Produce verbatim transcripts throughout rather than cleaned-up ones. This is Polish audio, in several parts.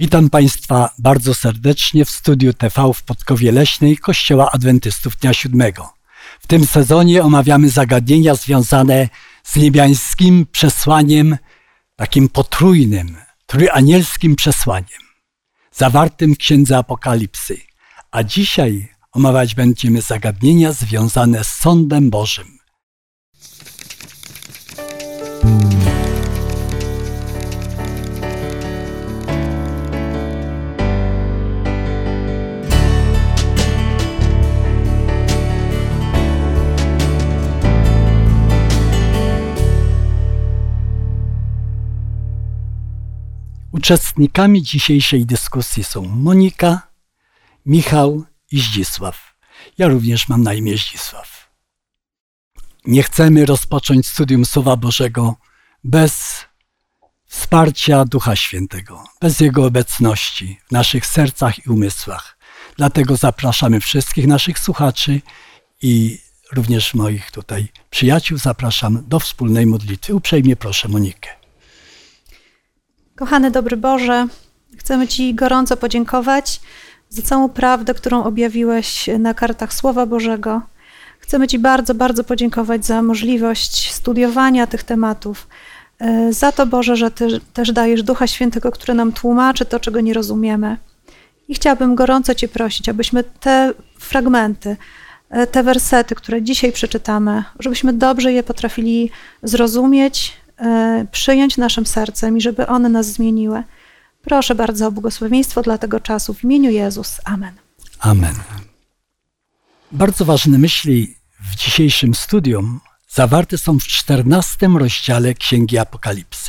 Witam Państwa bardzo serdecznie w studiu T V w Podkowie Leśnej Kościoła Adwentystów Dnia Siódmego. W tym sezonie omawiamy zagadnienia związane z niebiańskim przesłaniem, takim potrójnym, trójanielskim przesłaniem, zawartym w Księdze Apokalipsy. A dzisiaj omawiać będziemy zagadnienia związane z sądem Bożym. Uczestnikami dzisiejszej dyskusji są Monika, Michał i Zdzisław. Ja również mam na imię Zdzisław. Nie chcemy rozpocząć studium Słowa Bożego bez wsparcia Ducha Świętego, bez Jego obecności w naszych sercach i umysłach. Dlatego zapraszamy wszystkich naszych słuchaczy i również moich tutaj przyjaciół zapraszam do wspólnej modlitwy. Uprzejmie proszę Monikę. Kochany dobry Boże, chcemy Ci gorąco podziękować za całą prawdę, którą objawiłeś na kartach Słowa Bożego. Chcemy Ci bardzo, bardzo podziękować za możliwość studiowania tych tematów. Za to, Boże, że Ty też dajesz Ducha Świętego, który nam tłumaczy to, czego nie rozumiemy. I chciałabym gorąco Cię prosić, abyśmy te fragmenty, te wersety, które dzisiaj przeczytamy, żebyśmy dobrze je potrafili zrozumieć, przyjąć naszym sercem i żeby one nas zmieniły. Proszę bardzo o błogosławieństwo dla tego czasu w imieniu Jezus. Amen. Amen. Bardzo ważne myśli w dzisiejszym studium zawarte są w czternastym rozdziale Księgi Apokalipsy.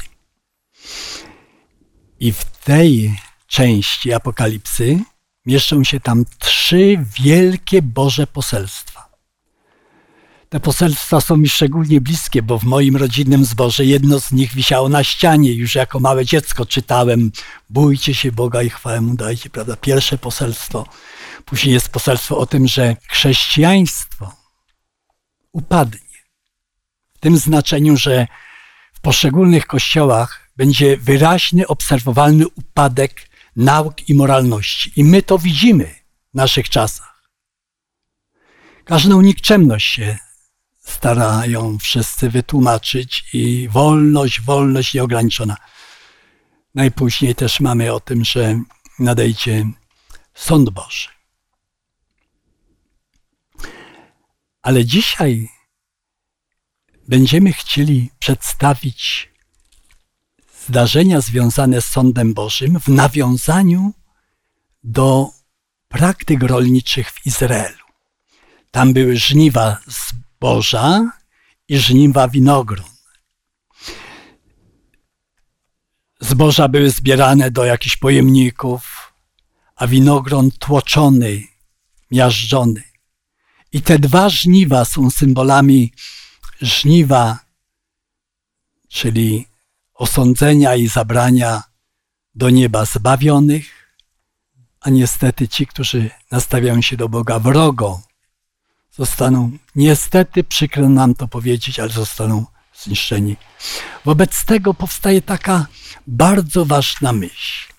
I w tej części Apokalipsy mieszczą się tam trzy wielkie Boże poselstwa. Te poselstwa są mi szczególnie bliskie, bo w moim rodzinnym zborze jedno z nich wisiało na ścianie. Już jako małe dziecko czytałem: bójcie się Boga i chwałę Mu dajcie, prawda? Pierwsze poselstwo. Później jest poselstwo o tym, że chrześcijaństwo upadnie. W tym znaczeniu, że w poszczególnych kościołach będzie wyraźny, obserwowalny upadek nauk i moralności. I my to widzimy w naszych czasach. Każdą nikczemność się starają wszyscy wytłumaczyć i wolność, wolność nieograniczona. Najpóźniej też mamy o tym, że nadejdzie sąd Boży. Ale dzisiaj będziemy chcieli przedstawić zdarzenia związane z sądem Bożym w nawiązaniu do praktyk rolniczych w Izraelu. Tam były żniwa zboża i żniwa winogron. Zboża były zbierane do jakichś pojemników, a winogron tłoczony, miażdżony. I te dwa żniwa są symbolami żniwa, czyli osądzenia i zabrania do nieba zbawionych, a niestety ci, którzy nastawiają się do Boga wrogo, zostaną, niestety, przykro nam to powiedzieć, ale zostaną zniszczeni. Wobec tego powstaje taka bardzo ważna myśl.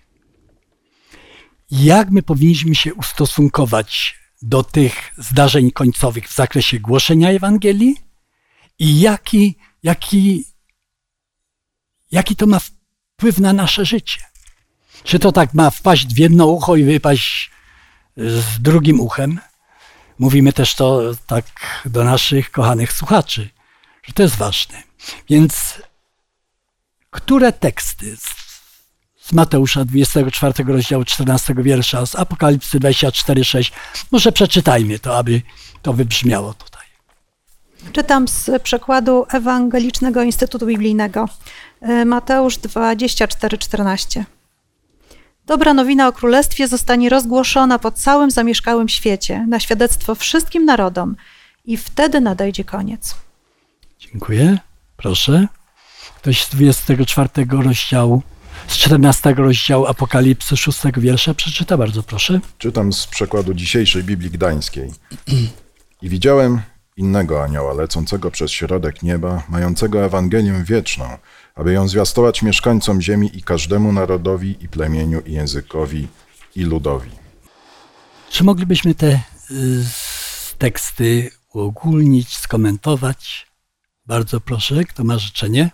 Jak my powinniśmy się ustosunkować do tych zdarzeń końcowych w zakresie głoszenia Ewangelii i jaki, jaki, jaki to ma wpływ na nasze życie? Czy to tak ma wpaść w jedno ucho i wypaść z drugim uchem? Mówimy też to tak do naszych kochanych słuchaczy, że to jest ważne. Więc które teksty z, z Mateusza dwudziestego czwartego rozdziału czternastego wiersza, z Apokalipsy dwudziestego czwartego sześć, może przeczytajmy to, aby to wybrzmiało tutaj. Czytam z przekładu Ewangelicznego Instytutu Biblijnego. Mateusz dwadzieścia cztery czternaście. Dobra nowina o Królestwie zostanie rozgłoszona po całym zamieszkałym świecie, na świadectwo wszystkim narodom i wtedy nadejdzie koniec. Dziękuję. Proszę. Ktoś z dwudziestego czwartego rozdziału, z czternastego rozdziału Apokalipsy szóstego wiersza przeczyta, bardzo proszę. Czytam z przekładu dzisiejszej Biblii Gdańskiej. I widziałem innego anioła lecącego przez środek nieba, mającego Ewangelię wieczną, aby ją zwiastować mieszkańcom ziemi i każdemu narodowi, i plemieniu, i językowi, i ludowi. Czy moglibyśmy te y, teksty uogólnić, skomentować? Bardzo proszę, kto ma życzenie?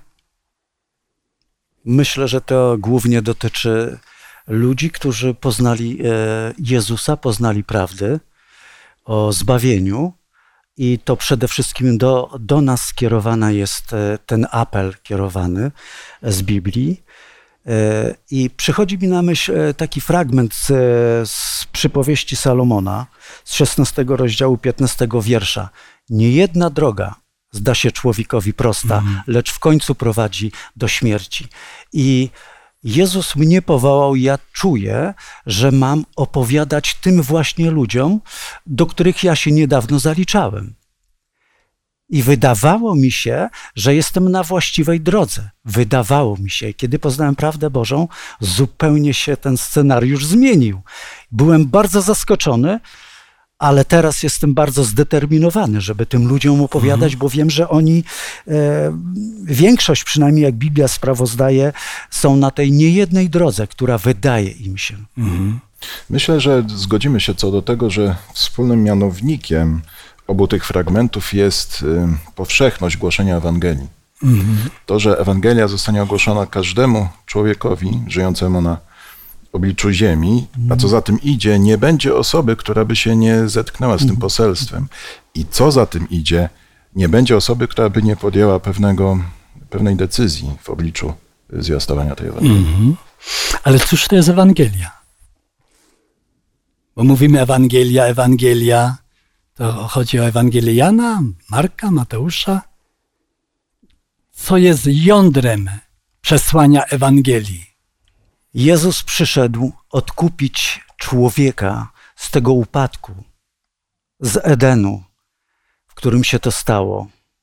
Myślę, że to głównie dotyczy ludzi, którzy poznali Jezusa, poznali prawdę o zbawieniu i to przede wszystkim do, do nas skierowany jest ten apel kierowany z Biblii. I przychodzi mi na myśl taki fragment z, z przypowieści Salomona z szesnastego rozdziału piętnastego wiersza. Niejedna droga zda się człowiekowi prosta, mm. lecz w końcu prowadzi do śmierci. I Jezus mnie powołał, ja czuję, że mam opowiadać tym właśnie ludziom, do których ja się niedawno zaliczałem. I wydawało mi się, że jestem na właściwej drodze. Wydawało mi się, kiedy poznałem prawdę Bożą, zupełnie się ten scenariusz zmienił. Byłem bardzo zaskoczony, ale teraz jestem bardzo zdeterminowany, żeby tym ludziom opowiadać, mhm. bo wiem, że oni, e, większość przynajmniej jak Biblia sprawozdaje, są na tej niejednej drodze, która wydaje im się. Mhm. Myślę, że zgodzimy się co do tego, że wspólnym mianownikiem obu tych fragmentów jest y, powszechność głoszenia Ewangelii. Mhm. To, że Ewangelia zostanie ogłoszona każdemu człowiekowi żyjącemu na obliczu ziemi, a co za tym idzie, nie będzie osoby, która by się nie zetknęła z tym poselstwem. I co za tym idzie, nie będzie osoby, która by nie podjęła pewnego, pewnej decyzji w obliczu zwiastowania tej Ewangelii. Mhm. Ale cóż to jest Ewangelia? Bo mówimy Ewangelia, Ewangelia, to chodzi o Ewangelię Jana, Marka, Mateusza. Co jest jądrem przesłania Ewangelii? Jezus przyszedł odkupić człowieka z tego upadku, z Edenu, w którym się to stało.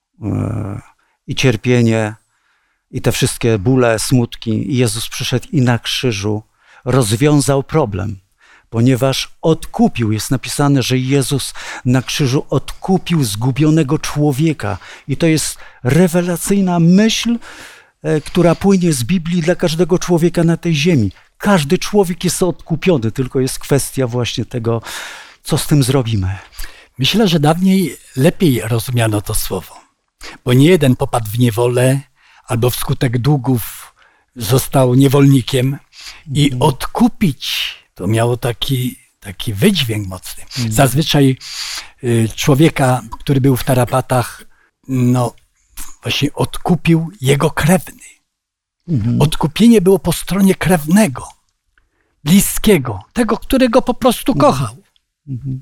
I cierpienie, i te wszystkie bóle, smutki. Jezus przyszedł i na krzyżu rozwiązał problem, ponieważ odkupił, jest napisane, że Jezus na krzyżu odkupił zgubionego człowieka. I to jest rewelacyjna myśl, która płynie z Biblii dla każdego człowieka na tej ziemi. Każdy człowiek jest odkupiony, tylko jest kwestia właśnie tego, co z tym zrobimy. Myślę, że dawniej lepiej rozumiano to słowo, bo nie jeden popadł w niewolę albo wskutek długów został niewolnikiem i odkupić to miało taki, taki wydźwięk mocny. Zazwyczaj y, człowieka, który był w tarapatach, no właśnie odkupił jego krewny. Mhm. Odkupienie było po stronie krewnego, bliskiego, tego, którego po prostu mhm. kochał. Mhm.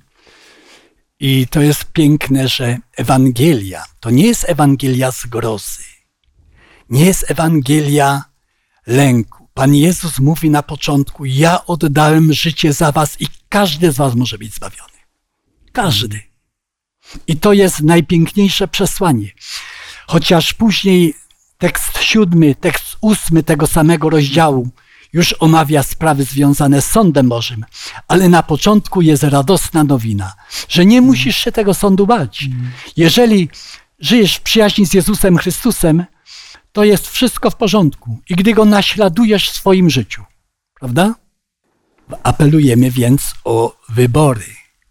I to jest piękne, że Ewangelia to nie jest Ewangelia zgrozy, nie jest Ewangelia lęku. Pan Jezus mówi na początku, ja oddałem życie za was i każdy z was może być zbawiony. Każdy. I to jest najpiękniejsze przesłanie. Chociaż później tekst siódmy, tekst ósmy tego samego rozdziału już omawia sprawy związane z sądem Bożym, ale na początku jest radosna nowina, że nie musisz się tego sądu bać. Jeżeli żyjesz w przyjaźni z Jezusem Chrystusem, to jest wszystko w porządku. I gdy Go naśladujesz w swoim życiu, prawda? Apelujemy więc o wybory.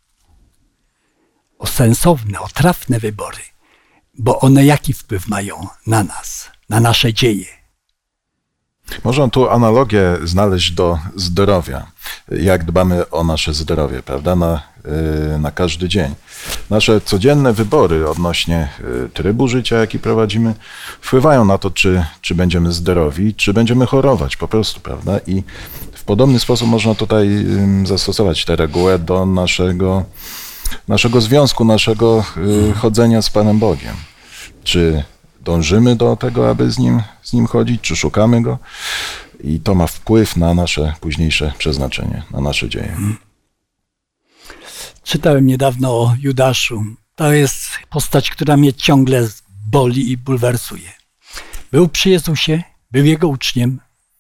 O sensowne, o trafne wybory. Bo one jaki wpływ mają na nas, na nasze dzieje? Można tu analogię znaleźć do zdrowia. Jak dbamy o nasze zdrowie, prawda? Na, na każdy dzień. Nasze codzienne wybory odnośnie trybu życia, jaki prowadzimy, wpływają na to, czy, czy będziemy zdrowi, czy będziemy chorować po prostu, prawda? I w podobny sposób można tutaj zastosować tę regułę do naszego, naszego związku, naszego chodzenia z Panem Bogiem. Czy dążymy do tego, aby z Nim, z nim chodzić, czy szukamy Go? I to ma wpływ na nasze późniejsze przeznaczenie, na nasze dzieje. Czytałem niedawno o Judaszu. To jest postać, która mnie ciągle boli i bulwersuje. Był przy Jezusie, był Jego uczniem.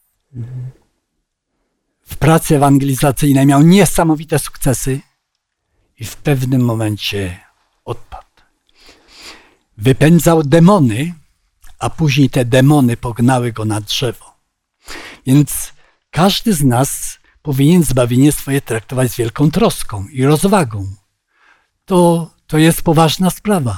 W pracy ewangelizacyjnej miał niesamowite sukcesy i w pewnym momencie odpadł. Wypędzał demony, a później te demony pognały go na drzewo. Więc każdy z nas powinien zbawienie swoje traktować z wielką troską i rozwagą. To, to jest poważna sprawa.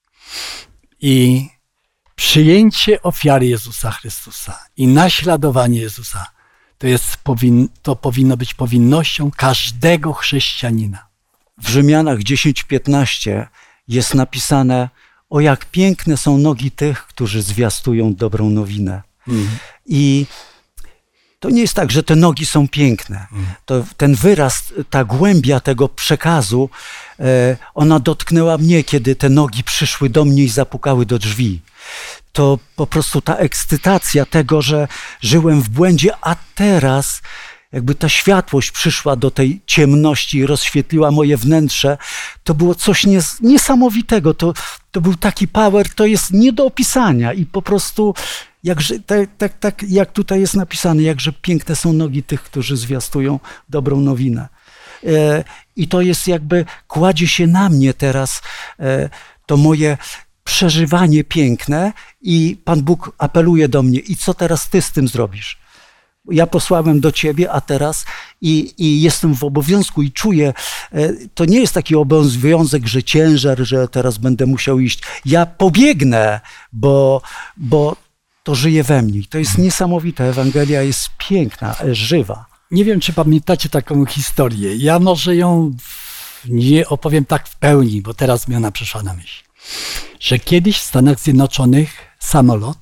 I przyjęcie ofiary Jezusa Chrystusa i naśladowanie Jezusa to, jest, powin, to powinno być powinnością każdego chrześcijanina. W Rzymianach dziesięć piętnaście jest napisane: o jak piękne są nogi tych, którzy zwiastują dobrą nowinę. Mm. I to nie jest tak, że te nogi są piękne. Mm. To ten wyraz, ta głębia tego przekazu, e, ona dotknęła mnie, kiedy te nogi przyszły do mnie i zapukały do drzwi. To po prostu ta ekscytacja tego, że żyłem w błędzie, a teraz jakby ta światłość przyszła do tej ciemności i rozświetliła moje wnętrze, to było coś nies- niesamowitego. To, to był taki power, to jest nie do opisania i po prostu jakże, tak, tak, tak jak tutaj jest napisane, jakże piękne są nogi tych, którzy zwiastują dobrą nowinę. E, I to jest jakby, kładzie się na mnie teraz e, to moje przeżywanie piękne i Pan Bóg apeluje do mnie: i co teraz ty z tym zrobisz? Ja posłałem do ciebie, a teraz i, i jestem w obowiązku i czuję, to nie jest taki obowiązek, że ciężar, że teraz będę musiał iść. Ja pobiegnę, bo, bo to żyje we mnie. To jest niesamowite. Ewangelia jest piękna, żywa. Nie wiem, czy pamiętacie taką historię. Ja może ją nie opowiem tak w pełni, bo teraz mi ona przyszła na myśl. Że kiedyś w Stanach Zjednoczonych samolot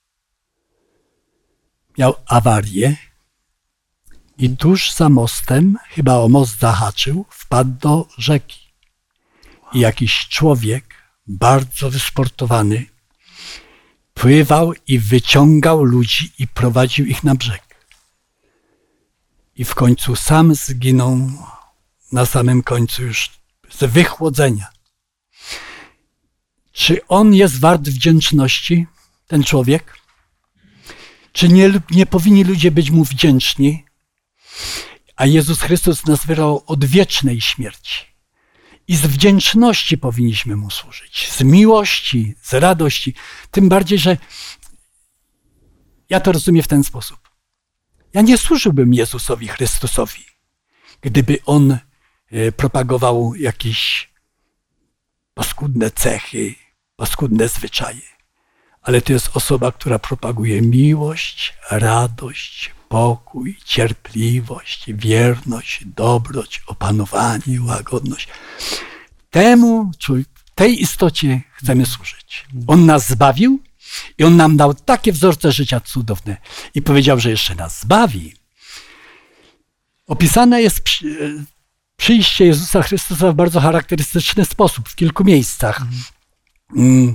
miał awarię i tuż za mostem, chyba o most zahaczył, wpadł do rzeki. I jakiś człowiek, bardzo wysportowany, pływał i wyciągał ludzi i prowadził ich na brzeg. I w końcu sam zginął na samym końcu już z wychłodzenia. Czy on jest wart wdzięczności, ten człowiek? Czy nie, nie powinni ludzie być mu wdzięczni? A Jezus Chrystus nas wyrwał od wiecznej śmierci. I z wdzięczności powinniśmy mu służyć. Z miłości, z radości. Tym bardziej, że ja to rozumiem w ten sposób. Ja nie służyłbym Jezusowi Chrystusowi, gdyby on propagował jakieś paskudne cechy, paskudne zwyczaje. Ale to jest osoba, która propaguje miłość, radość, pokój, cierpliwość, wierność, dobroć, opanowanie, łagodność. Temu, tej istocie chcemy służyć. On nas zbawił i on nam dał takie wzorce życia cudowne. I powiedział, że jeszcze nas zbawi. Opisane jest przyjście Jezusa Chrystusa w bardzo charakterystyczny sposób, w kilku miejscach. Mm.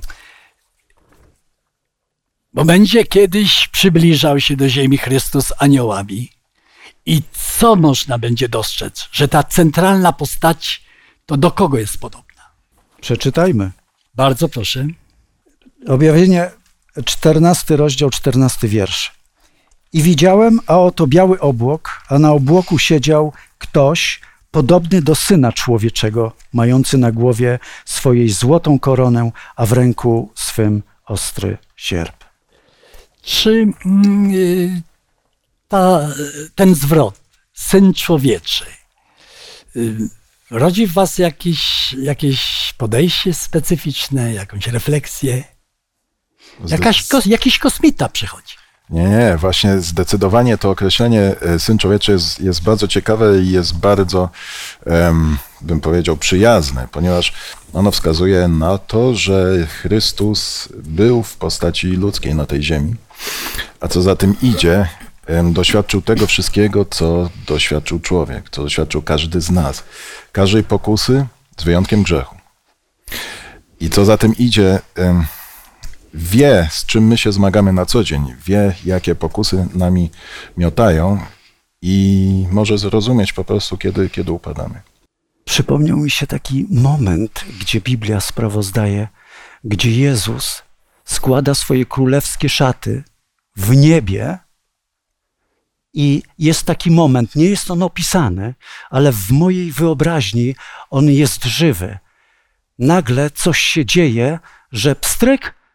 Bo będzie kiedyś przybliżał się do ziemi Chrystus aniołami. I co można będzie dostrzec? Że ta centralna postać to do kogo jest podobna? Przeczytajmy. Bardzo proszę. Objawienie, czternasty rozdział, czternasty wiersz. I widziałem, a oto biały obłok, a na obłoku siedział ktoś podobny do Syna Człowieczego, mający na głowie swojej złotą koronę, a w ręku swym ostry sierp. Czy yy, ta, ten zwrot, Syn Człowieczy, yy, rodzi w was jakieś, jakieś podejście specyficzne, jakąś refleksję? Jakaś, kos, jakiś kosmita przychodzi. Nie, nie, właśnie zdecydowanie to określenie Syn Człowieczy jest, jest bardzo ciekawe i jest bardzo, um, bym powiedział, przyjazne, ponieważ ono wskazuje na to, że Chrystus był w postaci ludzkiej na tej ziemi, a co za tym idzie, um, doświadczył tego wszystkiego, co doświadczył człowiek, co doświadczył każdy z nas, każdej pokusy, z wyjątkiem grzechu. I co za tym idzie, um, wie, z czym my się zmagamy na co dzień, wie, jakie pokusy nami miotają i może zrozumieć po prostu, kiedy, kiedy upadamy. Przypomniał mi się taki moment, gdzie Biblia sprawozdaje, gdzie Jezus składa swoje królewskie szaty w niebie i jest taki moment, nie jest on opisany, ale w mojej wyobraźni on jest żywy. Nagle coś się dzieje, że pstryk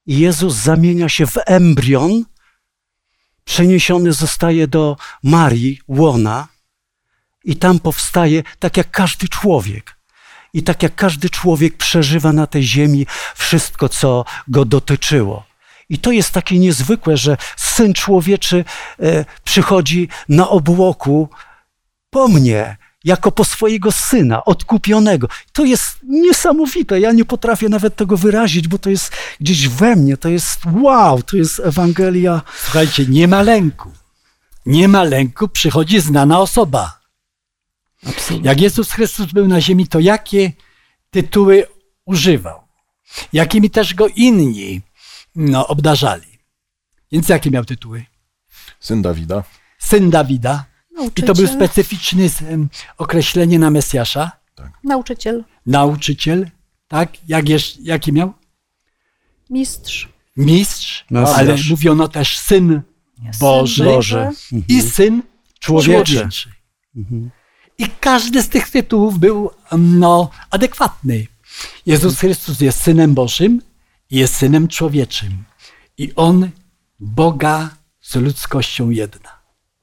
i Jezus zamienia się w embrion, przeniesiony zostaje do Marii, łona, i tam powstaje tak jak każdy człowiek. I tak jak każdy człowiek przeżywa na tej ziemi wszystko, co go dotyczyło. I to jest takie niezwykłe, że Syn Człowieczy e, przychodzi na obłoku po mnie, jako po swojego Syna, odkupionego. To jest niesamowite. Ja nie potrafię nawet tego wyrazić, bo to jest gdzieś we mnie. To jest wow, to jest Ewangelia. Słuchajcie, nie ma lęku. Nie ma lęku, przychodzi znana osoba. Absolutnie. Jak Jezus Chrystus był na ziemi, to jakie tytuły używał? Jakimi też go inni no, obdarzali? Więc jakie miał tytuły? Syn Dawida. Syn Dawida. I to był specyficzne um, określenie na Mesjasza. Nauczyciel. Nauczyciel. Tak? Jak jeszcze, jaki miał? Mistrz. Mistrz. Mesjasz. Ale mówiono też Syn Boży. Boże. I Syn Człowieczy. Człowieczy. I każdy z tych tytułów był no, adekwatny. Jezus Chrystus jest Synem Bożym i jest Synem Człowieczym. I On Boga z ludzkością jedna.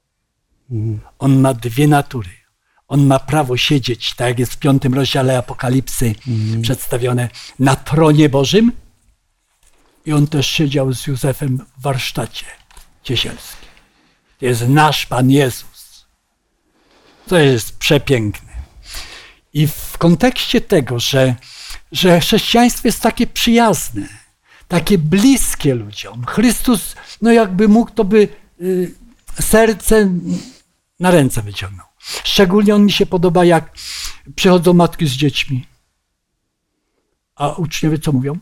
On ma dwie natury. On ma prawo siedzieć, tak jak jest w piątym rozdziale Apokalipsy mm. przedstawione, na tronie Bożym. I On też siedział z Józefem w warsztacie ciesielskim. To jest nasz Pan Jezus. To jest przepiękne. I w kontekście tego, że, że chrześcijaństwo jest takie przyjazne, takie bliskie ludziom. Chrystus, no jakby mógł, to by y, serce na ręce wyciągnął. Szczególnie on mi się podoba, jak przychodzą matki z dziećmi. A uczniowie co mówią?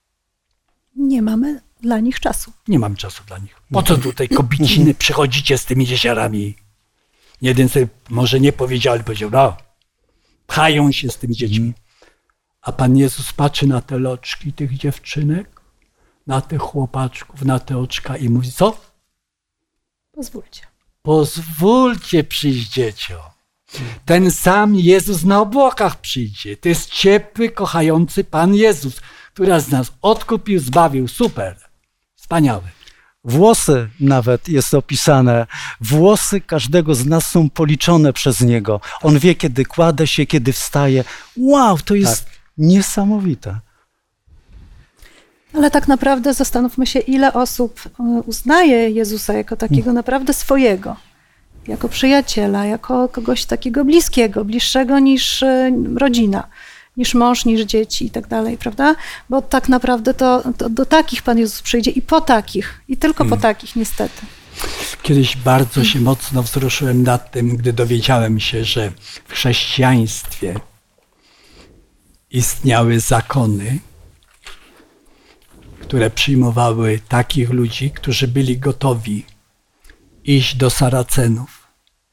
Nie mamy dla nich czasu. Nie mam czasu dla nich. Po co tutaj kobiciny przychodzicie z tymi dzieciarami? Jeden sobie może nie powiedział, ale powiedział, no, pchają się z tymi dziećmi. A Pan Jezus patrzy na te loczki tych dziewczynek, na tych chłopaczków, na te oczka i mówi, co? Pozwólcie. Pozwólcie przyjść dzieciom. Ten sam Jezus na obłokach przyjdzie. To jest ciepły, kochający Pan Jezus, który z nas odkupił, zbawił. Super. Wspaniały. Włosy nawet jest opisane. Włosy każdego z nas są policzone przez Niego. On wie, kiedy kładę się, kiedy wstaje. Wow, to jest tak niesamowite. Ale tak naprawdę zastanówmy się, ile osób uznaje Jezusa jako takiego naprawdę swojego, jako przyjaciela, jako kogoś takiego bliskiego, bliższego niż rodzina, niż mąż, niż dzieci i tak dalej, prawda? Bo tak naprawdę to, to do takich Pan Jezus przyjdzie i po takich, i tylko po takich niestety. Kiedyś bardzo się mocno wzruszyłem nad tym, gdy dowiedziałem się, że w chrześcijaństwie istniały zakony, które przyjmowały takich ludzi, którzy byli gotowi iść do Saracenów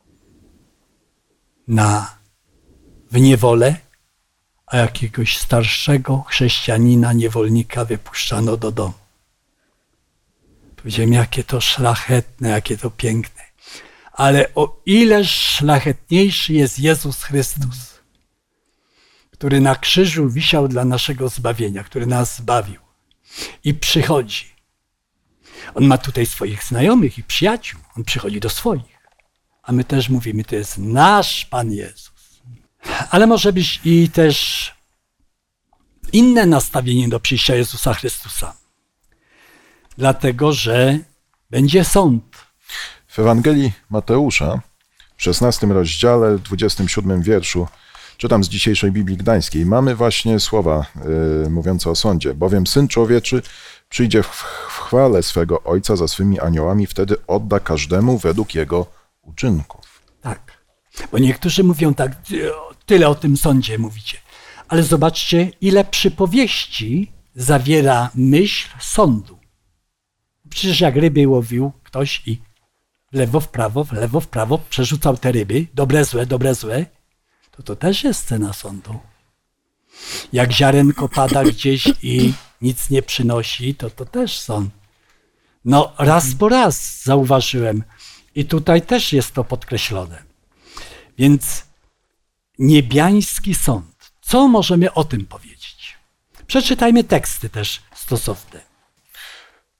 na, w niewolę, a jakiegoś starszego chrześcijanina, niewolnika wypuszczano do domu. Powiedziałem, jakie to szlachetne, jakie to piękne. Ale o ile szlachetniejszy jest Jezus Chrystus, który na krzyżu wisiał dla naszego zbawienia, który nas zbawił i przychodzi. On ma tutaj swoich znajomych i przyjaciół. On przychodzi do swoich. A my też mówimy, to jest nasz Pan Jezus. Ale może być i też inne nastawienie do przyjścia Jezusa Chrystusa. Dlatego, że będzie sąd. W Ewangelii Mateusza w szesnastym rozdziale, dwudziestym siódmym wierszu, czytam z dzisiejszej Biblii Gdańskiej, mamy właśnie słowa y, mówiące o sądzie. Bowiem Syn Człowieczy przyjdzie w, w chwale swego Ojca za swymi aniołami, wtedy odda każdemu według jego uczynków. Tak, bo niektórzy mówią tak, tyle o tym sądzie mówicie. Ale zobaczcie, ile przypowieści zawiera myśl sądu. Przecież jak ryby łowił ktoś i w lewo, w prawo, w lewo, w prawo przerzucał te ryby, dobre, złe, dobre, złe, to to też jest scena sądu. Jak ziarenko pada gdzieś i nic nie przynosi, to to też sąd. No raz po raz zauważyłem i tutaj też jest to podkreślone. Więc niebiański sąd. Co możemy o tym powiedzieć? Przeczytajmy teksty też stosowne.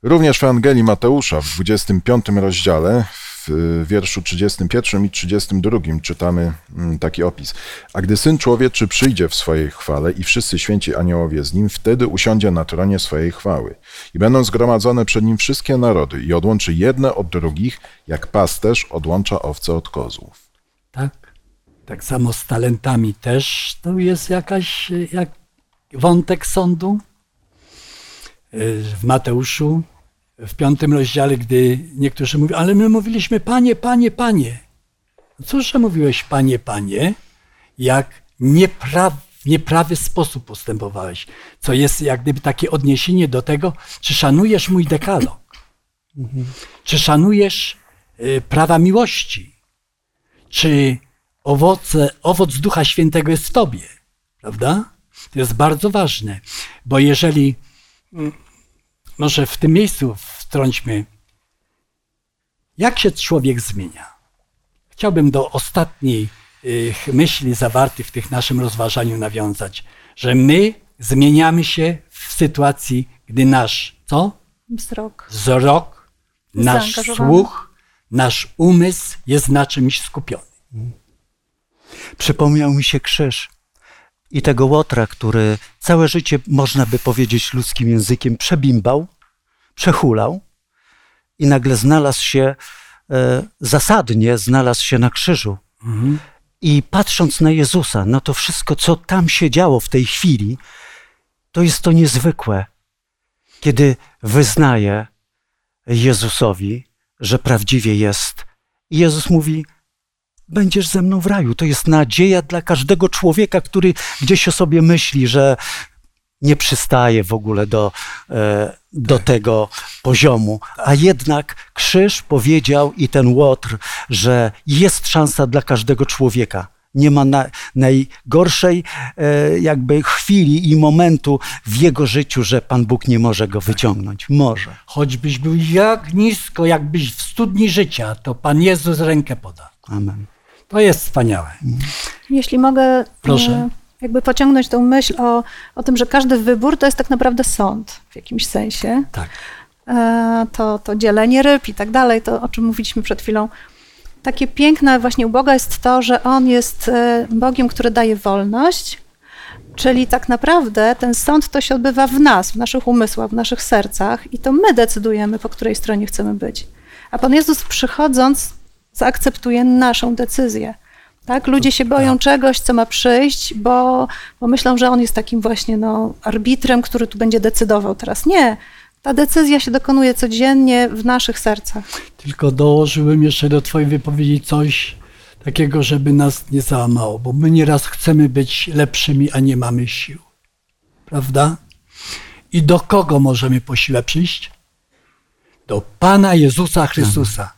Również w Ewangelii Mateusza w dwudziestym piątym rozdziale, w wierszu trzydziestym pierwszym i trzydziestym drugim czytamy taki opis. A gdy Syn Człowieczy przyjdzie w swojej chwale i wszyscy święci aniołowie z Nim, wtedy usiądzie na tronie swojej chwały. I będą zgromadzone przed Nim wszystkie narody i odłączy jedne od drugich, jak pasterz odłącza owce od kozłów. Tak? Tak samo z talentami też to jest jakaś jak wątek sądu. W Mateuszu, w piątym rozdziale, gdy niektórzy mówią, ale my mówiliśmy Panie, Panie, Panie. Cóż, że mówiłeś Panie, Panie, jak niepra w nieprawy sposób postępowałeś, co jest jak gdyby takie odniesienie do tego, czy szanujesz mój dekalog, mhm. czy szanujesz y, prawa miłości, czy owoce, owoc Ducha Świętego jest w tobie, prawda? To jest bardzo ważne, bo jeżeli, może w tym miejscu wtrąćmy, jak się człowiek zmienia? Chciałbym do ostatniej myśli zawartych w tych naszym rozważaniu nawiązać, że my zmieniamy się w sytuacji, gdy nasz, co? Wzrok. Wzrok, nasz słuch, nasz umysł jest na czymś skupiony. Przypomniał mi się krzyż i tego Łotra, który całe życie, można by powiedzieć ludzkim językiem, przebimbał, przehulał i nagle znalazł się, e, zasadnie znalazł się na krzyżu. Mhm. I patrząc na Jezusa, na to wszystko, co tam się działo w tej chwili, to jest to niezwykłe, kiedy wyznaje Jezusowi, że prawdziwie jest. I Jezus mówi, będziesz ze mną w raju. To jest nadzieja dla każdego człowieka, który gdzieś o sobie myśli, że nie przystaje w ogóle do, do tego poziomu. A jednak krzyż powiedział i ten Łotr, że jest szansa dla każdego człowieka. Nie ma na, najgorszej jakby chwili i momentu w jego życiu, że Pan Bóg nie może go wyciągnąć. Może. Choćbyś był jak nisko, jakbyś w studni życia, to Pan Jezus rękę poda. Amen. To jest wspaniałe. Jeśli mogę Proszę. jakby pociągnąć tą myśl o, o tym, że każdy wybór to jest tak naprawdę sąd w jakimś sensie. Tak. To, to dzielenie ryb i tak dalej, to o czym mówiliśmy przed chwilą. Takie piękne właśnie u Boga jest to, że On jest Bogiem, który daje wolność, czyli tak naprawdę ten sąd to się odbywa w nas, w naszych umysłach, w naszych sercach i to my decydujemy, po której stronie chcemy być. A Pan Jezus przychodząc zaakceptuje naszą decyzję. Tak? Ludzie się boją czegoś, co ma przyjść, bo, bo myślą, że On jest takim właśnie no, arbitrem, który tu będzie decydował teraz. Nie. Ta decyzja się dokonuje codziennie w naszych sercach. Tylko dołożyłem jeszcze do twojej wypowiedzi coś takiego, żeby nas nie załamało, bo my nieraz chcemy być lepszymi, a nie mamy sił. Prawda? I do kogo możemy po siłę przyjść? Do Pana Jezusa Chrystusa.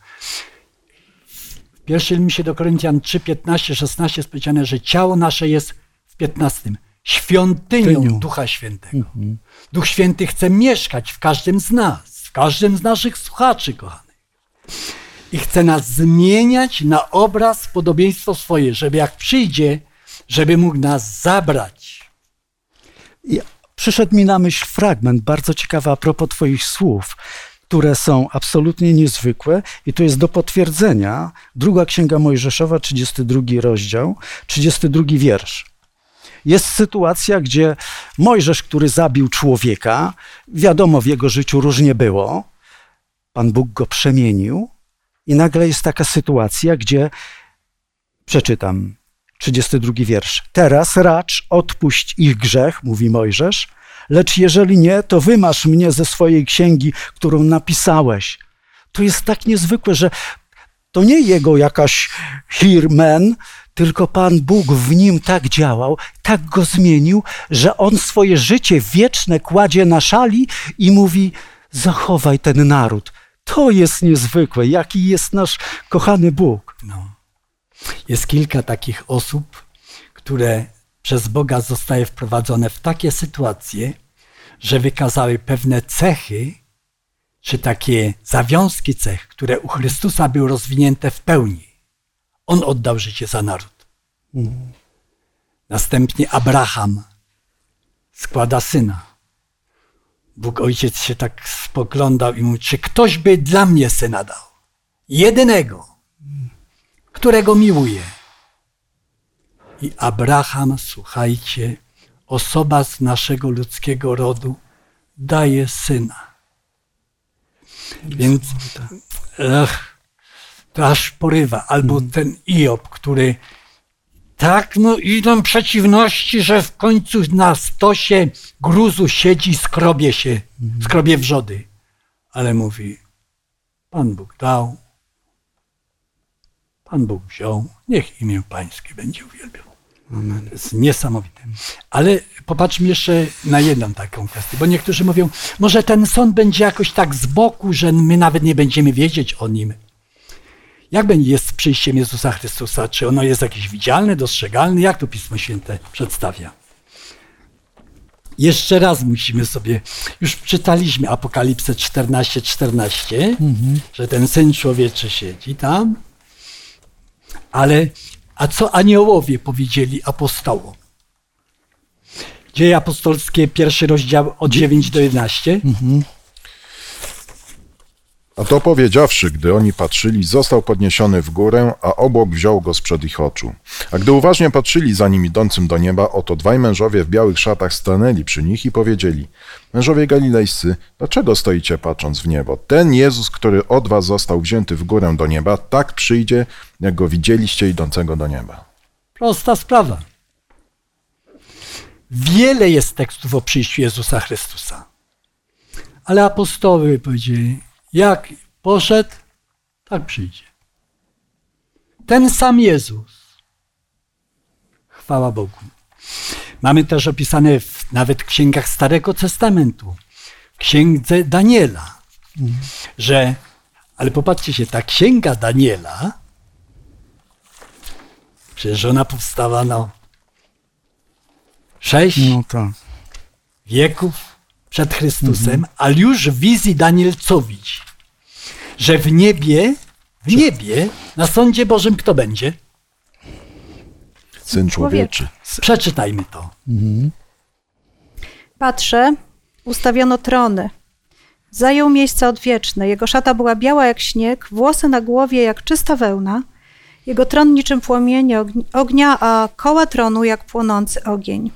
W pierwszym liście do Koryntian trzy, piętnaście, szesnaście jest powiedziane, że ciało nasze jest w piętnastym świątynią Tyniu. Ducha Świętego. Mhm. Duch Święty chce mieszkać w każdym z nas, w każdym z naszych słuchaczy, kochanych. I chce nas zmieniać na obraz, podobieństwo swoje, żeby jak przyjdzie, żeby mógł nas zabrać. I przyszedł mi na myśl fragment, bardzo ciekawy a propos twoich słów, które są absolutnie niezwykłe i to jest do potwierdzenia. Druga Księga Mojżeszowa, trzydziesty drugi rozdział, trzydziesty drugi wiersz. Jest sytuacja, gdzie Mojżesz, który zabił człowieka, wiadomo, w jego życiu różnie było, Pan Bóg go przemienił i nagle jest taka sytuacja, gdzie, przeczytam, trzydziesty drugi wiersz. Teraz racz, odpuść ich grzech, mówi Mojżesz, lecz jeżeli nie, to wymasz mnie ze swojej księgi, którą napisałeś. To jest tak niezwykłe, że to nie jego jakaś hirmen, tylko Pan Bóg w nim tak działał, tak go zmienił, że on swoje życie wieczne kładzie na szali i mówi, zachowaj ten naród. To jest niezwykłe, jaki jest nasz kochany Bóg. No. Jest kilka takich osób, które przez Boga zostały wprowadzone w takie sytuacje, że wykazały pewne cechy, czy takie zawiązki cech, które u Chrystusa były rozwinięte w pełni. On oddał życie za naród. Mm. Następnie Abraham składa syna. Bóg Ojciec się tak spoglądał i mówi, czy ktoś by dla mnie syna dał? Jedynego, którego miłuje. I Abraham, słuchajcie, osoba z naszego ludzkiego rodu daje syna. Więc ach, to aż porywa. Albo ten Iob, który tak, no idą przeciwności, że w końcu na stosie gruzu siedzi, skrobie się, skrobie wrzody. Ale mówi, Pan Bóg dał, Pan Bóg wziął, niech imię Pańskie będzie uwielbione. To jest niesamowite. Ale popatrzmy jeszcze na jedną taką kwestię, bo niektórzy mówią, może ten sąd będzie jakoś tak z boku, że my nawet nie będziemy wiedzieć o nim. Jak będzie jest z przyjściem Jezusa Chrystusa? Czy ono jest jakieś widzialne, dostrzegalne? Jak to Pismo Święte przedstawia? Jeszcze raz musimy sobie, już czytaliśmy Apokalipsę czternaście czternaście, mhm. że ten Syn Człowieczy siedzi tam, ale a co aniołowie powiedzieli apostołom? Dzieje apostolskie, pierwszy rozdział od dziewięć do jedenastu. Mhm. A to powiedziawszy, gdy oni patrzyli, został podniesiony w górę, a obłok wziął go sprzed ich oczu. A gdy uważnie patrzyli za nim idącym do nieba, oto dwaj mężowie w białych szatach stanęli przy nich i powiedzieli: Mężowie galilejscy, dlaczego stoicie patrząc w niebo? Ten Jezus, który od was został wzięty w górę do nieba, tak przyjdzie, jak go widzieliście idącego do nieba. Prosta sprawa. Wiele jest tekstów o przyjściu Jezusa Chrystusa. Ale apostoły powiedzieli, jak poszedł, tak przyjdzie. Ten sam Jezus. Chwała Bogu. Mamy też opisane w, nawet w księgach Starego Testamentu, w księdze Daniela, mhm. że, ale popatrzcie się, ta księga Daniela, przecież ona powstała no sześć no tak. wieków przed Chrystusem, mhm. Mhm. ale już w wizji Daniel co widzi? Że w niebie, w niebie, na sądzie Bożym kto będzie? Syn Człowieczy. Przeczytajmy to. Mhm. Patrzę, ustawiono trony. Zajął miejsce odwieczne. Jego szata była biała jak śnieg, włosy na głowie jak czysta wełna. Jego tron niczym płomienie ognia, a koła tronu jak płonący ogień.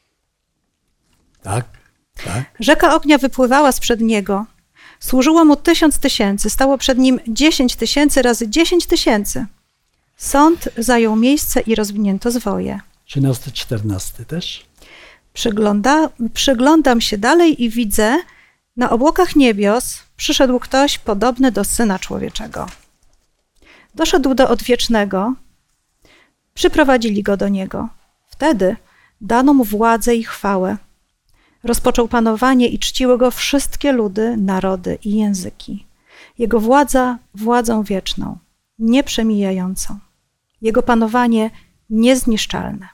Tak, tak. Rzeka ognia wypływała sprzed niego. Służyło mu tysiąc tysięcy, stało przed nim dziesięć tysięcy razy dziesięć tysięcy. Sąd zajął miejsce i rozwinięto zwoje. trzynasty, czternasty też. Przygląda, przyglądam się dalej i widzę, na obłokach niebios przyszedł ktoś podobny do Syna Człowieczego. Doszedł do Odwiecznego, przyprowadzili go do niego. Wtedy dano mu władzę i chwałę. Rozpoczął panowanie i czciły go wszystkie ludy, narody i języki. Jego władza władzą wieczną, nieprzemijającą. Jego panowanie niezniszczalne.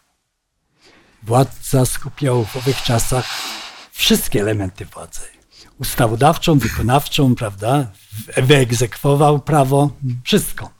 Władca skupiał w owych czasach wszystkie elementy władzy. Ustawodawczą, wykonawczą, prawda? Wyegzekwował prawo, wszystko.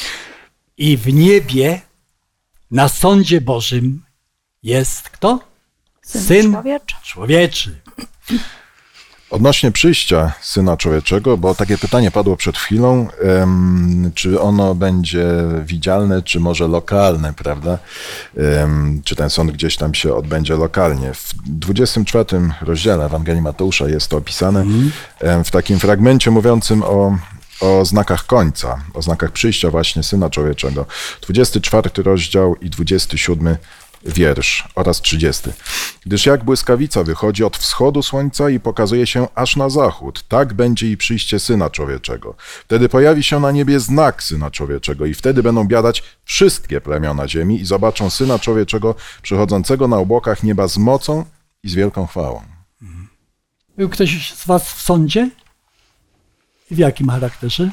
I w niebie, na sądzie Bożym jest kto? Syn, Syn człowieczy. człowieczy. Odnośnie przyjścia Syna Człowieczego, bo takie pytanie padło przed chwilą, um, czy ono będzie widzialne, czy może lokalne, prawda? Um, czy ten sąd gdzieś tam się odbędzie lokalnie. W dwudziestym czwartym rozdziale Ewangelii Mateusza jest to opisane mm. um, w takim fragmencie mówiącym o, o znakach końca, o znakach przyjścia właśnie Syna Człowieczego. dwudziesty czwarty rozdział i dwudziesty siódmy wiersz oraz trzydziesty. Gdyż jak błyskawica wychodzi od wschodu słońca i pokazuje się aż na zachód, tak będzie i przyjście Syna Człowieczego. Wtedy pojawi się na niebie znak Syna Człowieczego i wtedy będą biadać wszystkie plemiona ziemi i zobaczą Syna Człowieczego przychodzącego na obłokach nieba z mocą i z wielką chwałą. Był ktoś z was w sądzie? I w jakim charakterze?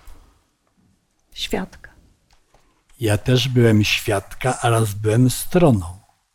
Świadka. Ja też byłem świadka, a raz byłem stroną.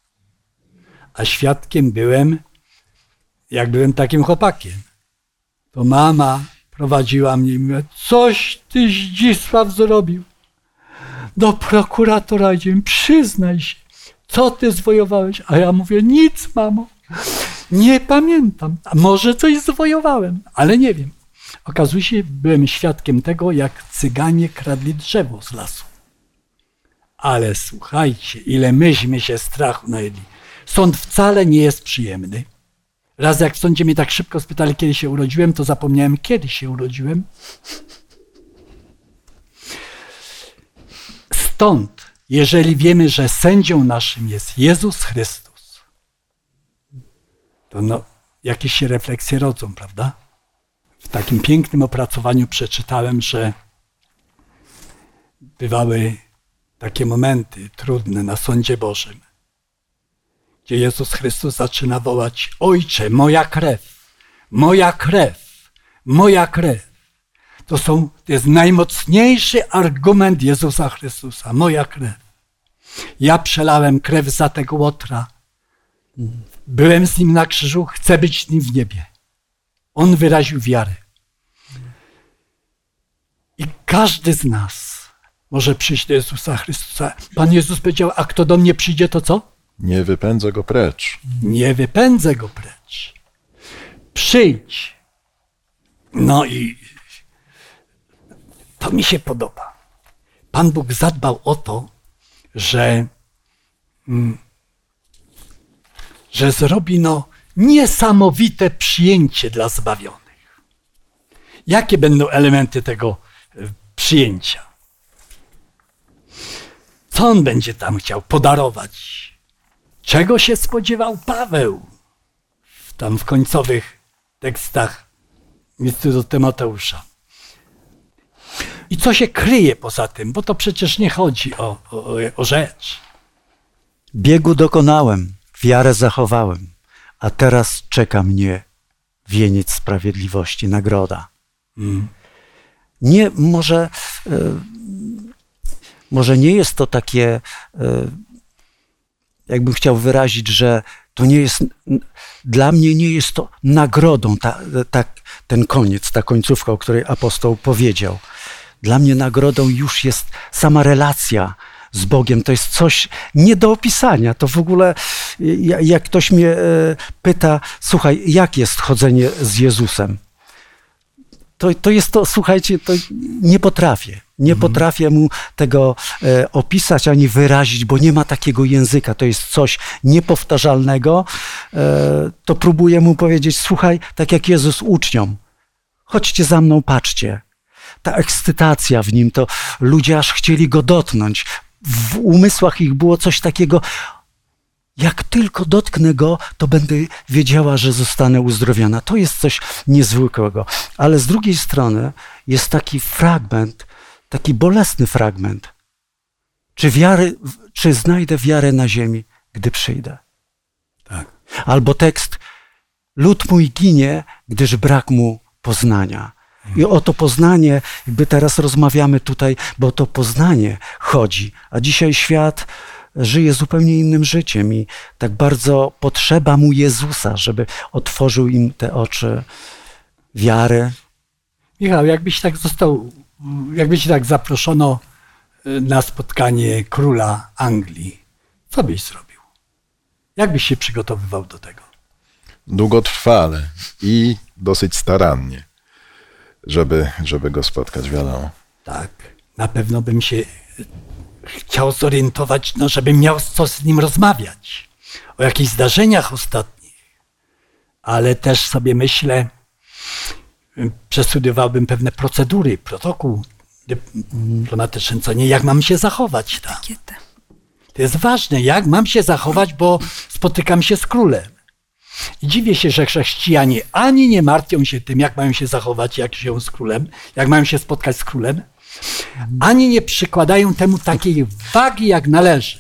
A świadkiem byłem, jak byłem takim chłopakiem. To mama prowadziła mnie i mówiła, coś ty Zdzisław zrobił. Do prokuratora idziemy, przyznaj się, co ty zwojowałeś? A ja mówię, nic mamo. Nie pamiętam. A może coś zwojowałem, ale nie wiem. Okazuje się, byłem świadkiem tego, jak cyganie kradli drzewo z lasu. Ale słuchajcie, ile myśmy się strachu najedli. Sąd wcale nie jest przyjemny. Raz jak w sądzie mnie tak szybko spytali, kiedy się urodziłem, to zapomniałem, kiedy się urodziłem. Stąd, jeżeli wiemy, że sędzią naszym jest Jezus Chrystus, to no, jakieś się refleksje rodzą, prawda? W takim pięknym opracowaniu przeczytałem, że bywały takie momenty trudne na sądzie Bożym, gdzie Jezus Chrystus zaczyna wołać: Ojcze, moja krew, moja krew, moja krew. To, są, to jest najmocniejszy argument Jezusa Chrystusa, moja krew. Ja przelałem krew za tego łotra. Byłem z Nim na krzyżu, chcę być z Nim w niebie. On wyraził wiarę. I każdy z nas może przyjść do Jezusa Chrystusa. Pan Jezus powiedział: a kto do mnie przyjdzie, to co? Nie wypędzę go precz. Nie wypędzę go precz. Przyjdź. No i to mi się podoba. Pan Bóg zadbał o to, że, mm, że zrobi no niesamowite przyjęcie dla zbawionych. Jakie będą elementy tego przyjęcia? Co on będzie tam chciał podarować? Czego się spodziewał Paweł tam w końcowych tekstach listu do Tymoteusza? I co się kryje poza tym? Bo to przecież nie chodzi o, o, o rzecz. Biegu dokonałem, wiarę zachowałem, a teraz czeka mnie wieniec sprawiedliwości, nagroda. Mm. Nie, może, y, może nie jest to takie, y, jakbym chciał wyrazić, że to nie jest, dla mnie nie jest to nagrodą, ta, ta, ten koniec, ta końcówka, o której apostoł powiedział. Dla mnie nagrodą już jest sama relacja z Bogiem. To jest coś nie do opisania. To w ogóle, jak ktoś mnie pyta, słuchaj, jak jest chodzenie z Jezusem? To, to jest to, słuchajcie, to nie potrafię. Nie mhm. potrafię mu tego e, opisać ani wyrazić, bo nie ma takiego języka. To jest coś niepowtarzalnego. E, to próbuję mu powiedzieć: słuchaj, tak jak Jezus uczniom, chodźcie za mną, patrzcie. Ta ekscytacja w nim, to ludzie aż chcieli go dotknąć. W umysłach ich było coś takiego: jak tylko dotknę go, to będę wiedziała, że zostanę uzdrowiona. To jest coś niezwykłego. Ale z drugiej strony jest taki fragment, taki bolesny fragment. Czy, wiary, czy znajdę wiarę na ziemi, gdy przyjdę? Tak. Albo tekst: lud mój ginie, gdyż brak mu poznania. I o to poznanie, jakby teraz rozmawiamy tutaj, bo o to poznanie chodzi. A dzisiaj świat żyje zupełnie innym życiem i tak bardzo potrzeba mu Jezusa, żeby otworzył im te oczy wiary. Michał, jakbyś tak został, jakbyś tak zaproszono na spotkanie króla Anglii, co byś zrobił? Jak byś się przygotowywał do tego? Długotrwale i dosyć starannie, żeby, żeby go spotkać, wiadomo. Tak, na pewno bym się chciał zorientować, no, żebym miał co z nim rozmawiać. O jakichś zdarzeniach ostatnich. Ale też sobie myślę, przestudiowałbym pewne procedury, protokół dyplomatyczny, co nie, jak mam się zachować tam. To jest ważne, jak mam się zachować, bo spotykam się z królem. I dziwię się, że chrześcijanie ani nie martwią się tym, jak mają się zachować, jak się z królem, jak mają się spotkać z królem, ani nie przykładają temu takiej wagi, jak należy.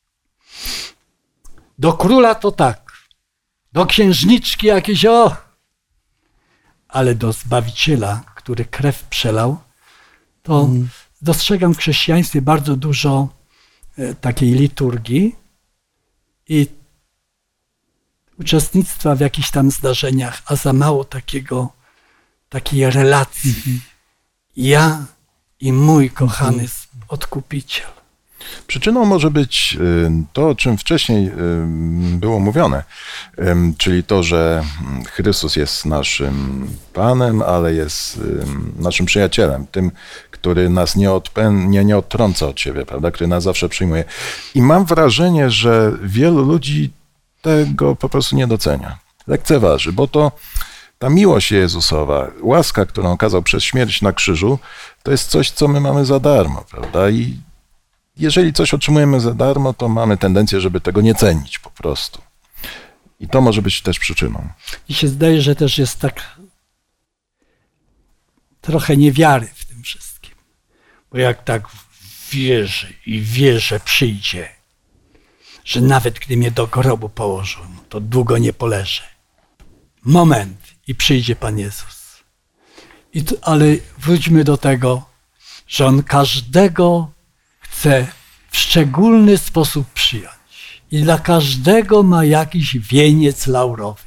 Do króla to tak, do księżniczki jakieś o, ale do Zbawiciela, który krew przelał, to mm. dostrzegam w chrześcijaństwie bardzo dużo e, takiej liturgii i uczestnictwa w jakichś tam zdarzeniach, a za mało takiego, takiej relacji. Mm-hmm. Ja i mój kochany mm-hmm. Odkupiciel. Przyczyną może być to, o czym wcześniej było mówione, czyli to, że Chrystus jest naszym Panem, ale jest naszym przyjacielem, tym, który nas nie, odpę- nie, nie odtrąca od siebie, prawda? Który nas zawsze przyjmuje. I mam wrażenie, że wielu ludzi tego po prostu nie docenia, lekceważy, bo to ta miłość Jezusowa, łaska, którą okazał przez śmierć na krzyżu, to jest coś, co my mamy za darmo, prawda? I jeżeli coś otrzymujemy za darmo, to mamy tendencję, żeby tego nie cenić po prostu. I to może być też przyczyną. I się zdaje, że też jest tak trochę niewiary w tym wszystkim. Bo jak tak wierzy i wie, że przyjdzie, że nawet gdy mnie do grobu położą, to długo nie poleżę. Moment i przyjdzie Pan Jezus. I to, ale wróćmy do tego, że On każdego chce w szczególny sposób przyjąć. I dla każdego ma jakiś wieniec laurowy.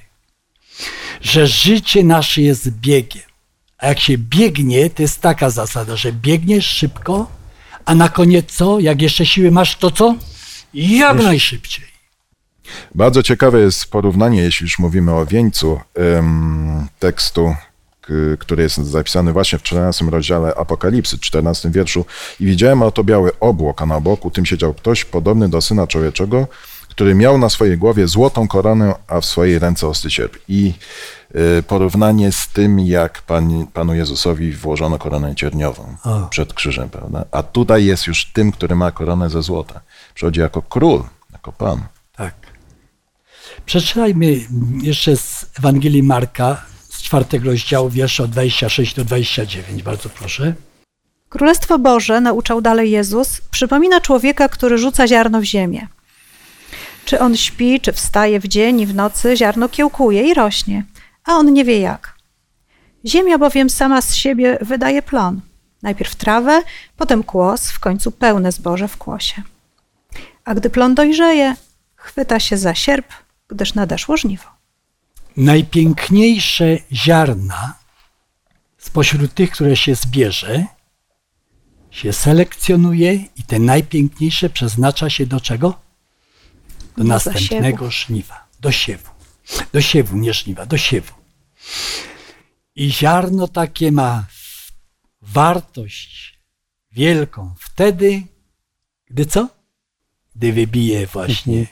Że życie nasze jest biegiem. A jak się biegnie, to jest taka zasada, że biegniesz szybko, a na koniec co? Jak jeszcze siły masz, to co? Jak najszybciej. Bardzo ciekawe jest porównanie, jeśli już mówimy o wieńcu, ym, tekstu, k- który jest zapisany właśnie w czternastym rozdziale Apokalipsy, czternastym wierszu. I widziałem oto biały obłok, a na boku tym siedział ktoś podobny do Syna Człowieczego, który miał na swojej głowie złotą koronę, a w swojej ręce ostry sierp. I y, porównanie z tym, jak Pan, Panu Jezusowi włożono koronę cierniową O. przed krzyżem, prawda? A tutaj jest już tym, który ma koronę ze złota. Przychodzi jako król, jako Pan. Tak. Przeczytajmy jeszcze z Ewangelii Marka, z czwartego rozdziału, wiersze od dwudziestego szóstego do dwudziestego dziewiątego. Bardzo proszę. Królestwo Boże, nauczał dalej Jezus, przypomina człowieka, który rzuca ziarno w ziemię. Czy on śpi, czy wstaje w dzień i w nocy, ziarno kiełkuje i rośnie, a on nie wie jak. Ziemia bowiem sama z siebie wydaje plon. Najpierw trawę, potem kłos, w końcu pełne zboże w kłosie. A gdy plon dojrzeje, chwyta się za sierp, gdyż nadeszło żniwo. Najpiękniejsze ziarna spośród tych, które się zbierze, się selekcjonuje i te najpiękniejsze przeznacza się do czego? Do Do następnego zasiewu. żniwa, do siewu. Do siewu, nie żniwa, do siewu. I ziarno takie ma wartość wielką wtedy, gdy co? Gdy wybije właśnie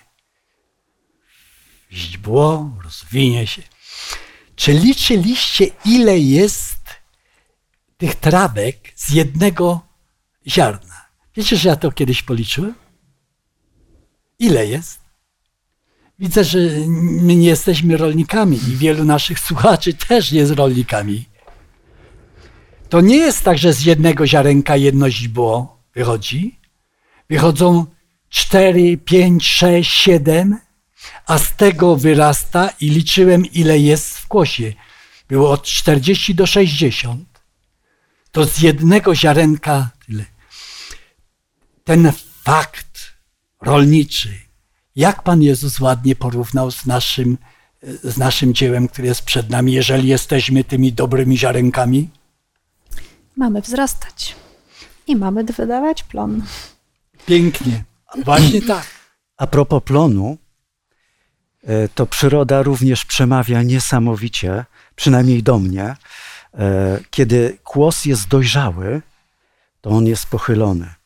źdźbło, rozwinie się. Czy liczyliście, ile jest tych trawek z jednego ziarna? Wiecie, że ja to kiedyś policzyłem? Ile jest? Widzę, że my nie jesteśmy rolnikami i wielu naszych słuchaczy też nie jest rolnikami. To nie jest tak, że z jednego ziarenka jedno źdźbło wychodzi. Wychodzą cztery, pięć, sześć, siedem, a z tego wyrasta i liczyłem, ile jest w kłosie. Było od czterdziestu do sześćdziesięciu. To z jednego ziarenka tyle. Ten fakt rolniczy, jak Pan Jezus ładnie porównał z naszym, z naszym dziełem, które jest przed nami, jeżeli jesteśmy tymi dobrymi ziarenkami? Mamy wzrastać i mamy wydawać plon. Pięknie. Właśnie tak. A propos plonu, e, to przyroda również przemawia niesamowicie, przynajmniej do mnie. E, Kiedy kłos jest dojrzały, to on jest pochylony.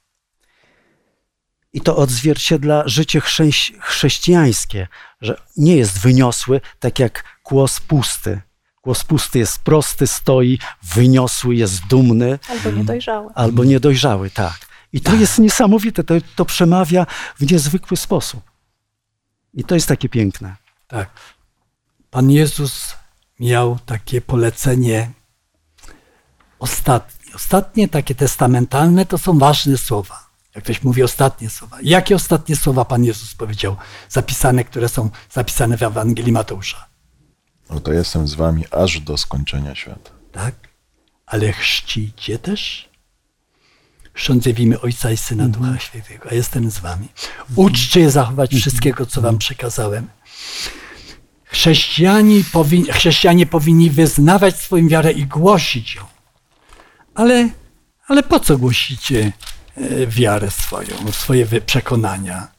I to odzwierciedla życie chrześ- chrześcijańskie, że nie jest wyniosły, tak jak kłos pusty. Kłos pusty jest prosty, stoi, wyniosły, jest dumny, Albo niedojrzały. albo niedojrzały, tak. I to jest niesamowite, to, to przemawia w niezwykły sposób. I to jest takie piękne. Tak. Pan Jezus miał takie polecenie ostatnie. Ostatnie, takie testamentalne, to są ważne słowa. Jak ktoś mówi ostatnie słowa. Jakie ostatnie słowa Pan Jezus powiedział? Zapisane, które są zapisane w Ewangelii Mateusza. Oto jestem z wami aż do skończenia świata. Tak? Ale chrzcicie też? Chrzący w imię Ojca i Syna Ducha Świętego. A jestem z wami. Uczcie zachować wszystkiego, co wam przekazałem. Chrześcijanie, powin, chrześcijanie powinni wyznawać swoją wiarę i głosić ją. Ale, ale po co głosicie wiarę swoją, swoje przekonania.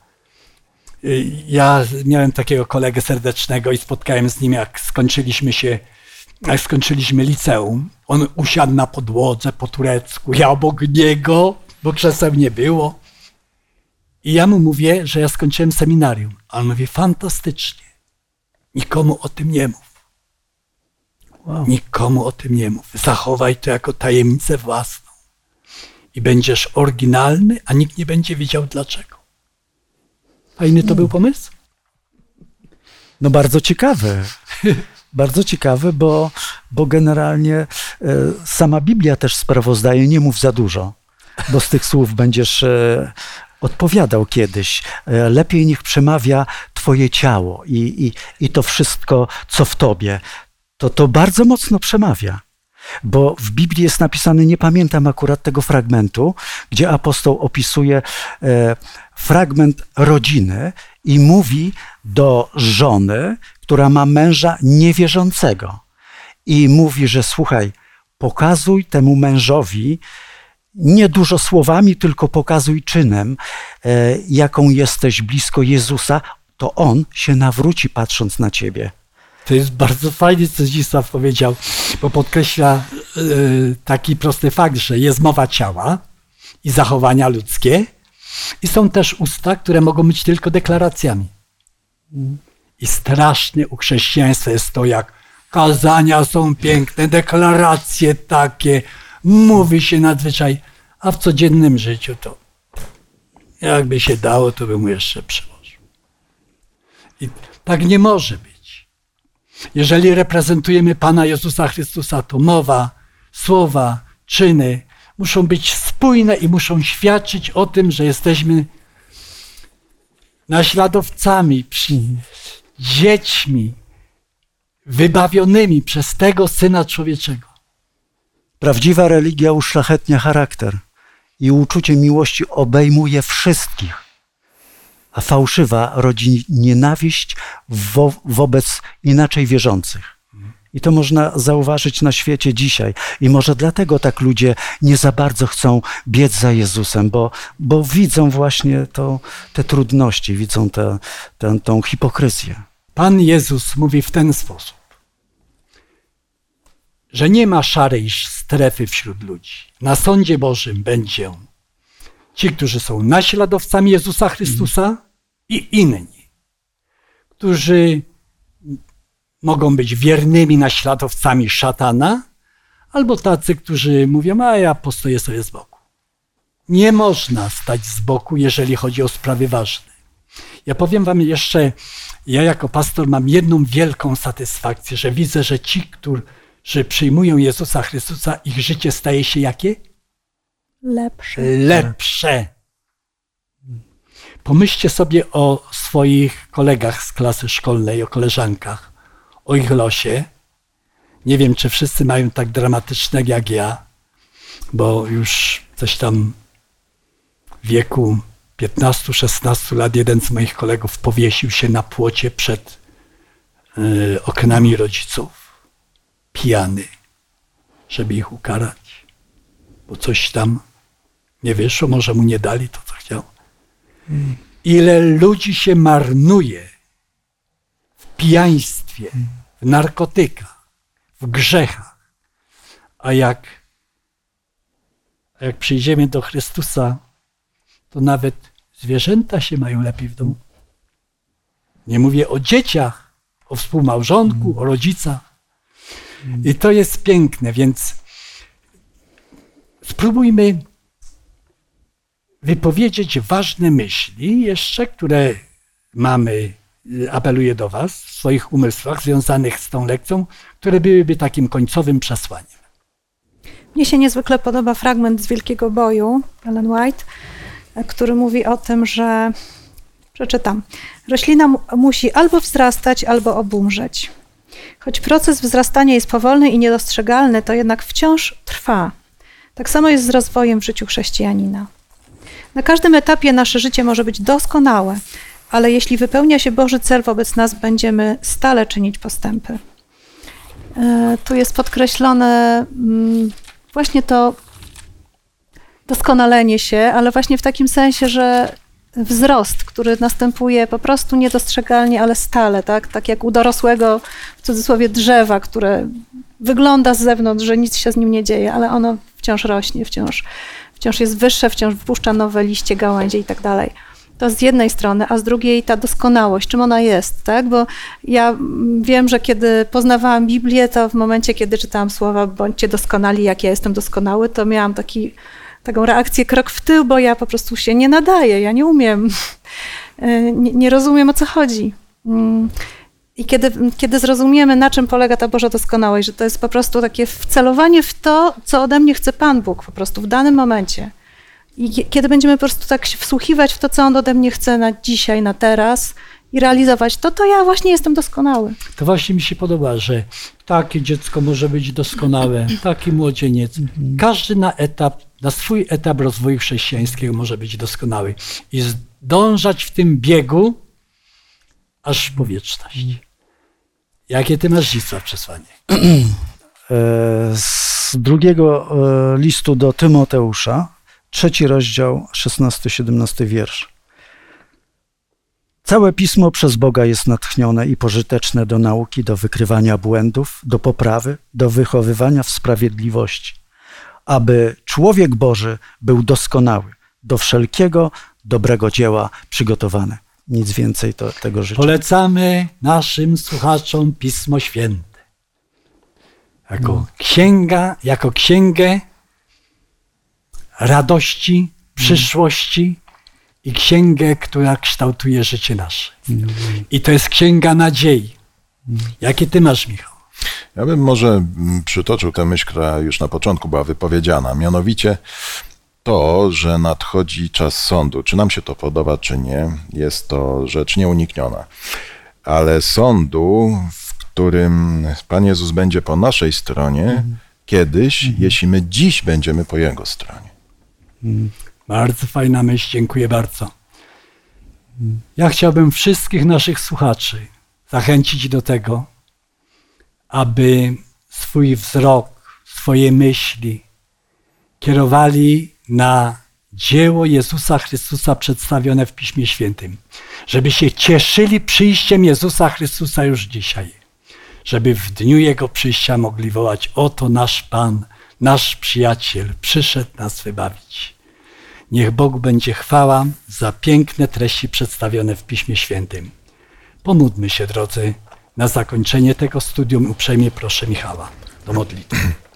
Ja miałem takiego kolegę serdecznego i spotkałem z nim, jak skończyliśmy się, jak skończyliśmy liceum. On usiadł na podłodze po turecku, ja obok niego, bo krzeseł nie było. I ja mu mówię, że ja skończyłem seminarium. A on mówi, fantastycznie. Nikomu o tym nie mów. Wow. Nikomu o tym nie mów. Zachowaj to jako tajemnicę własną. I będziesz oryginalny, a nikt nie będzie wiedział dlaczego. Fajny to był pomysł? No bardzo ciekawy. Bardzo ciekawy, bo, bo generalnie e, sama Biblia też sprawozdaje, nie mów za dużo, bo z tych słów będziesz e, odpowiadał kiedyś. E, lepiej niech przemawia twoje ciało i, i, i to wszystko, co w tobie. To to bardzo mocno przemawia. Bo w Biblii jest napisane, nie pamiętam akurat tego fragmentu, gdzie apostoł opisuje e, fragment rodziny i mówi do żony, która ma męża niewierzącego. I mówi, że słuchaj, pokazuj temu mężowi nie dużo słowami, tylko pokazuj czynem, e, jaką jesteś blisko Jezusa, to on się nawróci patrząc na ciebie. To jest bardzo fajnie, co Zdzisław powiedział, bo podkreśla y, taki prosty fakt, że jest mowa ciała i zachowania ludzkie i są też usta, które mogą być tylko deklaracjami. I straszne u chrześcijaństwa jest to, jak kazania są piękne, deklaracje takie, mówi się nadzwyczaj, a w codziennym życiu to jakby się dało, to bym mu jeszcze przyłożył. I tak nie może być. Jeżeli reprezentujemy Pana Jezusa Chrystusa, to mowa, słowa, czyny muszą być spójne i muszą świadczyć o tym, że jesteśmy naśladowcami, dziećmi wybawionymi przez tego Syna Człowieczego. Prawdziwa religia uszlachetnia charakter i uczucie miłości obejmuje wszystkich. A fałszywa rodzi nienawiść wo- wobec inaczej wierzących. I to można zauważyć na świecie dzisiaj. I może dlatego tak ludzie nie za bardzo chcą biec za Jezusem, bo, bo widzą właśnie to, te trudności, widzą tę te, te, tą hipokryzję. Pan Jezus mówi w ten sposób, że nie ma szarej strefy wśród ludzi. Na sądzie Bożym będzie ci, którzy są naśladowcami Jezusa Chrystusa i inni, którzy mogą być wiernymi naśladowcami szatana, albo tacy, którzy mówią, a ja postoję sobie z boku. Nie można stać z boku, jeżeli chodzi o sprawy ważne. Ja powiem wam jeszcze, ja jako pastor mam jedną wielką satysfakcję, że widzę, że ci, którzy przyjmują Jezusa Chrystusa, ich życie staje się jakie? Lepsze. Lepsze. Pomyślcie sobie o swoich kolegach z klasy szkolnej, o koleżankach, o ich losie. Nie wiem, czy wszyscy mają tak dramatycznego jak ja, bo już coś tam w wieku piętnastu szesnastu lat jeden z moich kolegów powiesił się na płocie przed y, oknami rodziców, pijany, żeby ich ukarać, bo coś tam nie wyszło, może mu nie dali to, co chciał. Ile ludzi się marnuje w pijaństwie, w narkotykach, w grzechach, a jak, a jak przyjdziemy do Chrystusa, to nawet zwierzęta się mają lepiej w domu. Nie mówię o dzieciach, o współmałżonku, o rodzicach. I to jest piękne, więc spróbujmy wypowiedzieć ważne myśli jeszcze, które mamy, apeluję do was, w swoich umysłach związanych z tą lekcją, które byłyby takim końcowym przesłaniem. Mnie się niezwykle podoba fragment z Wielkiego Boju, Ellen White, który mówi o tym, że, przeczytam, roślina mu, musi albo wzrastać, albo obumrzeć. Choć proces wzrastania jest powolny i niedostrzegalny, to jednak wciąż trwa. Tak samo jest z rozwojem w życiu chrześcijanina. Na każdym etapie nasze życie może być doskonałe, ale jeśli wypełnia się Boży cel wobec nas, będziemy stale czynić postępy. Tu jest podkreślone właśnie to doskonalenie się, ale właśnie w takim sensie, że wzrost, który następuje po prostu niedostrzegalnie, ale stale, tak? Tak jak u dorosłego, w cudzysłowie, drzewa, które wygląda z zewnątrz, że nic się z nim nie dzieje, ale ono wciąż rośnie, wciąż, wciąż jest wyższe, wciąż wypuszcza nowe liście, gałęzie i tak dalej. To z jednej strony, a z drugiej ta doskonałość, czym ona jest, tak? Bo ja wiem, że kiedy poznawałam Biblię, to w momencie, kiedy czytałam słowa bądźcie doskonali, jak ja jestem doskonały, to miałam taki, taką reakcję krok w tył, bo ja po prostu się nie nadaję, ja nie umiem, nie, nie rozumiem, o co chodzi. I kiedy, kiedy zrozumiemy, na czym polega ta Boża doskonałość, że to jest po prostu takie wcelowanie w to, co ode mnie chce Pan Bóg po prostu w danym momencie. I kiedy będziemy po prostu tak się wsłuchiwać w to, co On ode mnie chce na dzisiaj, na teraz i realizować to, to ja właśnie jestem doskonały. To właśnie mi się podoba, że takie dziecko może być doskonałe, taki młodzieniec. Każdy na etap, na swój etap rozwoju chrześcijańskiego może być doskonały i zdążać w tym biegu aż po wieczność. Jakie ty masz, Zdzisław, przesłanie? Z drugiego listu do Tymoteusza, trzeci rozdział, szesnasty siedemnasty wiersz. Całe Pismo przez Boga jest natchnione i pożyteczne do nauki, do wykrywania błędów, do poprawy, do wychowywania w sprawiedliwości, aby człowiek Boży był doskonały, do wszelkiego dobrego dzieła przygotowany. Nic więcej to, tego życzę. Polecamy naszym słuchaczom Pismo Święte. Jako no. księga, jako księgę radości, przyszłości i księgę, która kształtuje życie nasze. I to jest księga nadziei. Jakie ty masz, Michał? Ja bym może przytoczył tę myśl, która już na początku była wypowiedziana, mianowicie to, że nadchodzi czas sądu. Czy nam się to podoba, czy nie, jest to rzecz nieunikniona. Ale sądu, w którym Pan Jezus będzie po naszej stronie, mhm. kiedyś, mhm. jeśli my dziś będziemy po Jego stronie. Bardzo fajna myśl, dziękuję bardzo. Ja chciałbym wszystkich naszych słuchaczy zachęcić do tego, aby swój wzrok, swoje myśli kierowali na dzieło Jezusa Chrystusa przedstawione w Piśmie Świętym. Żeby się cieszyli przyjściem Jezusa Chrystusa już dzisiaj. Żeby w dniu Jego przyjścia mogli wołać: oto nasz Pan, nasz przyjaciel, przyszedł nas wybawić. Niech Bogu będzie chwała za piękne treści przedstawione w Piśmie Świętym. Pomódlmy się, drodzy, na zakończenie tego studium. Uprzejmie proszę Michała do modlitwy.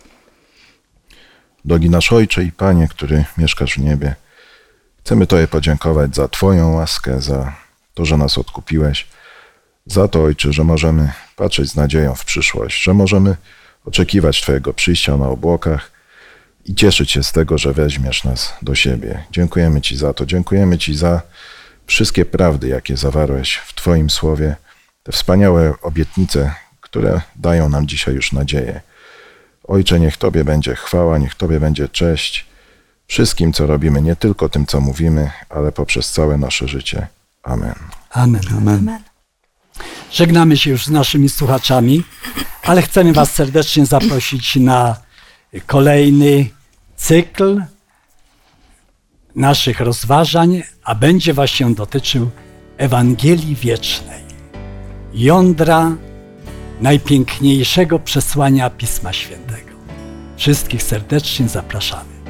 Drogi nasz Ojcze i Panie, który mieszkasz w niebie, chcemy Tobie podziękować za Twoją łaskę, za to, że nas odkupiłeś, za to, Ojcze, że możemy patrzeć z nadzieją w przyszłość, że możemy oczekiwać Twojego przyjścia na obłokach i cieszyć się z tego, że weźmiesz nas do siebie. Dziękujemy Ci za to. Dziękujemy Ci za wszystkie prawdy, jakie zawarłeś w Twoim słowie, te wspaniałe obietnice, które dają nam dzisiaj już nadzieję. Ojcze, niech Tobie będzie chwała, niech Tobie będzie cześć wszystkim, co robimy, nie tylko tym, co mówimy, ale poprzez całe nasze życie. Amen. Amen. Amen. Amen. Żegnamy się już z naszymi słuchaczami, ale chcemy Was serdecznie zaprosić na kolejny cykl naszych rozważań, a będzie właśnie dotyczył Ewangelii Wiecznej, jądra najpiękniejszego przesłania Pisma Świętego. Wszystkich serdecznie zapraszamy.